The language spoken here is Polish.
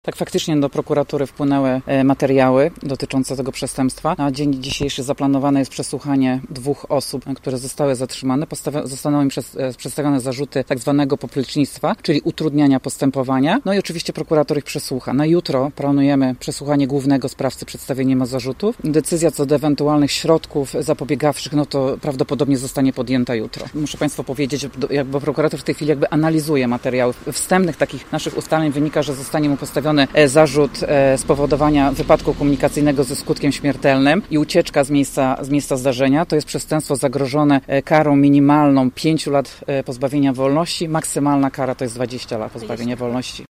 Tak, faktycznie do prokuratury wpłynęły materiały dotyczące tego przestępstwa. Na dzień dzisiejszy zaplanowane jest przesłuchanie 2 osób, które zostały zatrzymane. Zostaną im przedstawione zarzuty tak zwanego poplecznictwa, czyli utrudniania postępowania. No i oczywiście prokurator ich przesłucha. Na jutro planujemy przesłuchanie głównego sprawcy, przedstawienie mu zarzutów. Decyzja co do ewentualnych środków zapobiegawczych, no to prawdopodobnie zostanie podjęta jutro. Muszę Państwu powiedzieć, bo prokurator w tej chwili analizuje materiały. Wstępnych takich naszych ustaleń wynika, że zostanie mu postawiony zarzut spowodowania wypadku komunikacyjnego ze skutkiem śmiertelnym i ucieczka z miejsca zdarzenia. To jest przestępstwo zagrożone karą minimalną 5 lat pozbawienia wolności. Maksymalna kara to jest 20 lat pozbawienia wolności.